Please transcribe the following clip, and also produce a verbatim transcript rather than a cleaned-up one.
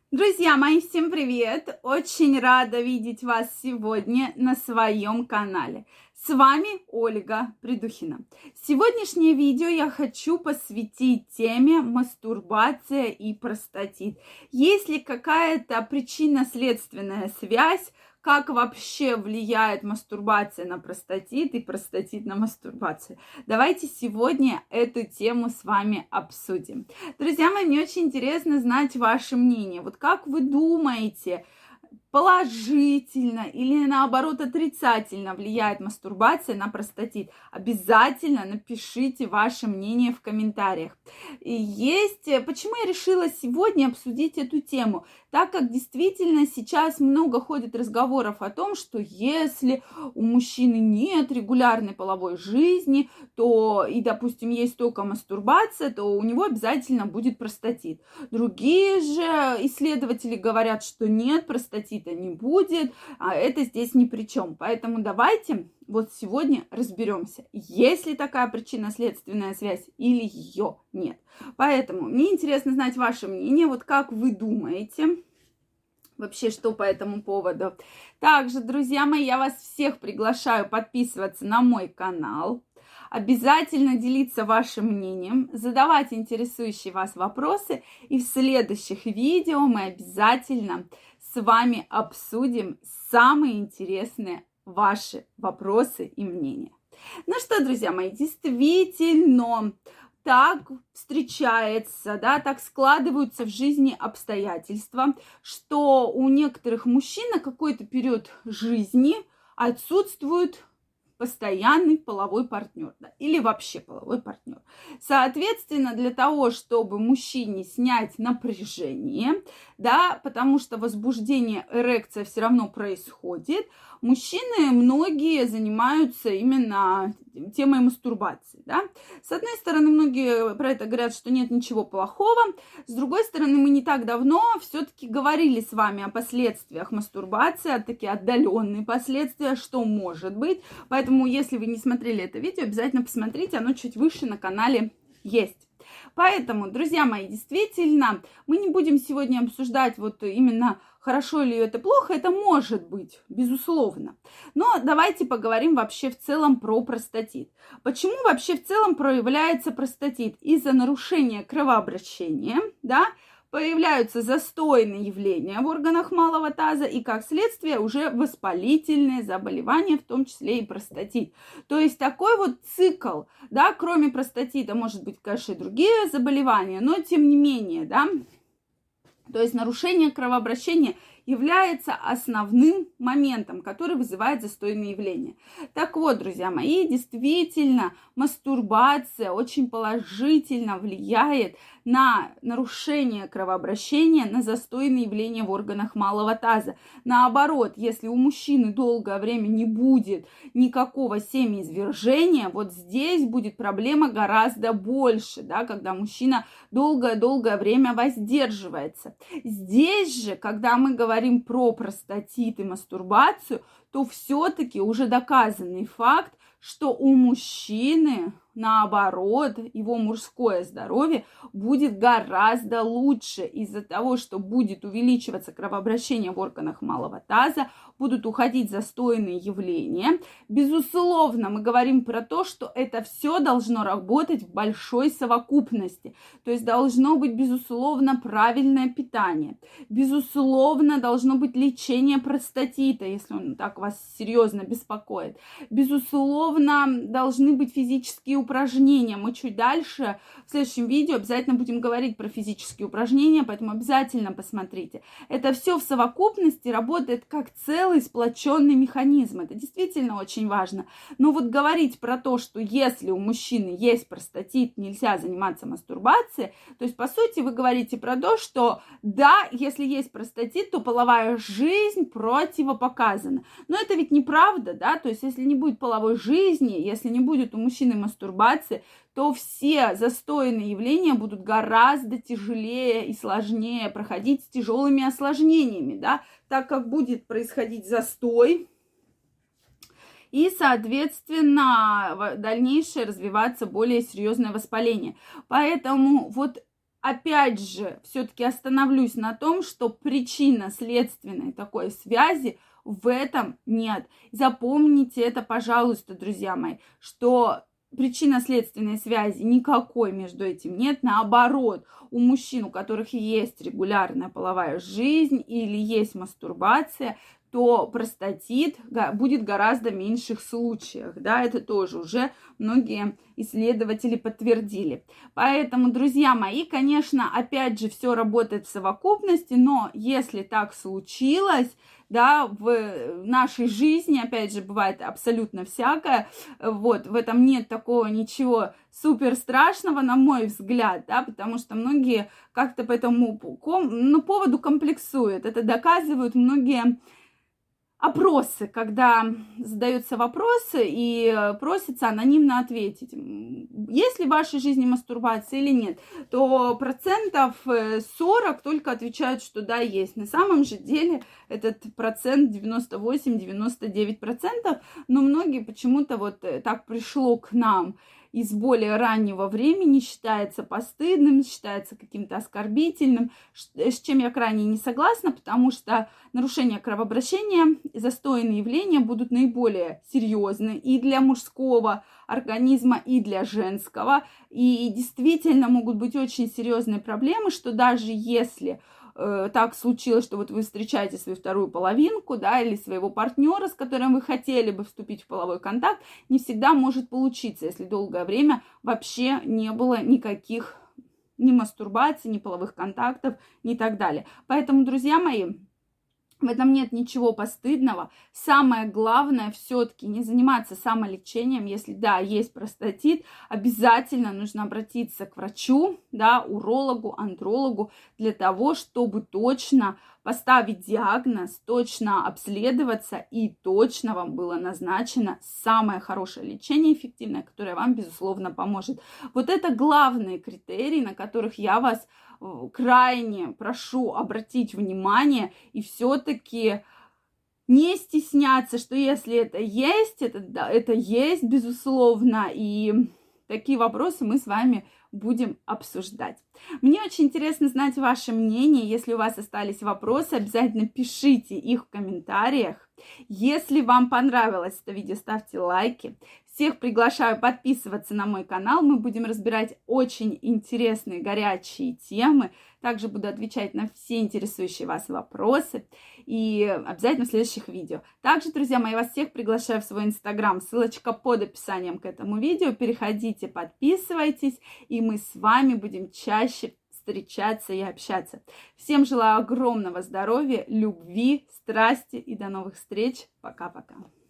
Друзья мои, всем привет! Очень рада видеть вас сегодня на своем канале. С вами Ольга Придухина. Сегодняшнее видео я хочу посвятить теме мастурбация и простатит. Есть ли какая-то причинно-следственная связь? Как вообще влияет мастурбация на простатит и простатит на мастурбацию? Давайте сегодня эту тему с вами обсудим. Друзья мои, мне очень интересно знать ваше мнение. Вот как вы думаете, положительно или наоборот отрицательно влияет мастурбация на простатит? Обязательно напишите ваше мнение в комментариях. И есть, почему я решила сегодня обсудить эту тему? Так как действительно сейчас много ходит разговоров о том, что если у мужчины нет регулярной половой жизни, то и, допустим, есть только мастурбация, то у него обязательно будет простатит. Другие же исследователи говорят, что нет, простатита не будет, а это здесь ни при чем. Поэтому давайте вот сегодня разберемся, есть ли такая причинно-следственная связь или ее нет. Поэтому мне интересно знать ваше мнение, вот как вы думаете вообще, что по этому поводу. Также, друзья мои, я вас всех приглашаю подписываться на мой канал, обязательно делиться вашим мнением, задавать интересующие вас вопросы, и в следующих видео мы обязательно с вами обсудим самые интересные ваши вопросы и мнения. Ну что, друзья мои, действительно, так встречается, да, так складываются в жизни обстоятельства, что у некоторых мужчин на какой-то период жизни отсутствует постоянный половой партнер, да, или вообще половой партнер. Соответственно, для того, чтобы мужчине снять напряжение, да, потому что возбуждение, эрекция все равно происходит, мужчины многие занимаются именно темой мастурбации, да. С одной стороны, многие про это говорят, что нет ничего плохого. С другой стороны, мы не так давно все-таки говорили с вами о последствиях мастурбации, о такие отдаленные последствия, что может быть. Поэтому, если вы не смотрели это видео, обязательно посмотрите, оно чуть выше на канале есть. Поэтому, друзья мои, действительно, мы не будем сегодня обсуждать вот именно хорошо ли это плохо, это может быть, безусловно. Но давайте поговорим вообще в целом про простатит. Почему вообще в целом проявляется простатит? Из-за нарушения кровообращения, да, появляются застойные явления в органах малого таза и, как следствие, уже воспалительные заболевания, в том числе и простатит. То есть такой вот цикл, да, кроме простатита, может быть, конечно, и другие заболевания, но тем не менее, да, то есть нарушение кровообращения является основным моментом, который вызывает застойные явления. Так вот, друзья мои, действительно, мастурбация очень положительно влияет на нарушение кровообращения, на застойные явления в органах малого таза. Наоборот, если у мужчины долгое время не будет никакого семяизвержения, вот здесь будет проблема гораздо больше, да, когда мужчина долгое-долгое время воздерживается. Здесь же, когда мы говорим говорим про простатит и мастурбацию, то все-таки уже доказанный факт, что у мужчины, наоборот, его мужское здоровье будет гораздо лучше из-за того, что будет увеличиваться кровообращение в органах малого таза, будут уходить застойные явления. Безусловно, мы говорим про то, что это все должно работать в большой совокупности. То есть должно быть, безусловно, правильное питание. Безусловно, должно быть лечение простатита, если он так вас серьезно беспокоит. Безусловно, должны быть физические упражнения. Мы чуть дальше в следующем видео обязательно будем говорить про физические упражнения, поэтому обязательно посмотрите. Это все в совокупности работает как целый сплоченный механизм. Это действительно очень важно. Но вот говорить про то, что если у мужчины есть простатит, нельзя заниматься мастурбацией, то есть, по сути, вы говорите про то, что да, если есть простатит, то половая жизнь противопоказана. Но это ведь неправда, да, то есть, если не будет половой жизни, если не будет у мужчины мастурбации, то все застойные явления будут гораздо тяжелее и сложнее проходить с тяжелыми осложнениями, да, так как будет происходить застой и, соответственно, дальнейшее развиваться более серьезное воспаление. Поэтому вот опять же, все-таки остановлюсь на том, что причинно-следственной такой связи в этом нет. Запомните это, пожалуйста, друзья мои, что причинно-следственной связи никакой между этим нет. Наоборот, у мужчин, у которых есть регулярная половая жизнь или есть мастурбация, то простатит будет гораздо меньших случаях, да, это тоже уже многие исследователи подтвердили. Поэтому, друзья мои, конечно, опять же, все работает в совокупности, но если так случилось, да, в нашей жизни, опять же, бывает абсолютно всякое, вот, в этом нет такого ничего супер страшного, на мой взгляд, да, потому что многие как-то по этому ну, поводу комплексуют, это доказывают многие опросы, когда задаются вопросы и просится анонимно ответить, есть ли в вашей жизни мастурбация или нет, то процентов сорок только отвечают, что да, есть. На самом же деле этот процент девяносто восемь - девяносто девять процентов, но многие почему-то вот так пришло к нам из более раннего времени, считается постыдным, считается каким-то оскорбительным, с чем я крайне не согласна, потому что нарушения кровообращения и застойные явления будут наиболее серьезны и для мужского организма, и для женского. И действительно могут быть очень серьезные проблемы, что даже если так случилось, что вот вы встречаете свою вторую половинку, да, или своего партнера, с которым вы хотели бы вступить в половой контакт, не всегда может получиться, если долгое время вообще не было никаких ни мастурбаций, ни половых контактов, ни так далее. Поэтому, друзья мои, в этом нет ничего постыдного. Самое главное все-таки не заниматься самолечением. Если, да, есть простатит, обязательно нужно обратиться к врачу, да, урологу, андрологу, для того, чтобы точно поставить диагноз, точно обследоваться и точно вам было назначено самое хорошее лечение, эффективное, которое вам, безусловно, поможет. Вот это главные критерии, на которых я вас крайне прошу обратить внимание и все-таки не стесняться, что если это есть, это, да, это есть, безусловно, и такие вопросы мы с вами будем обсуждать. Мне очень интересно знать ваше мнение. Если у вас остались вопросы, обязательно пишите их в комментариях. Если вам понравилось это видео, ставьте лайки. Всех приглашаю подписываться на мой канал. Мы будем разбирать очень интересные, горячие темы. Также буду отвечать на все интересующие вас вопросы. И обязательно в следующих видео. Также, друзья мои, вас всех приглашаю в свой инстаграм. Ссылочка под описанием к этому видео. Переходите, подписывайтесь. И мы с вами будем чаще встречаться и общаться. Всем желаю огромного здоровья, любви, страсти и до новых встреч. Пока-пока.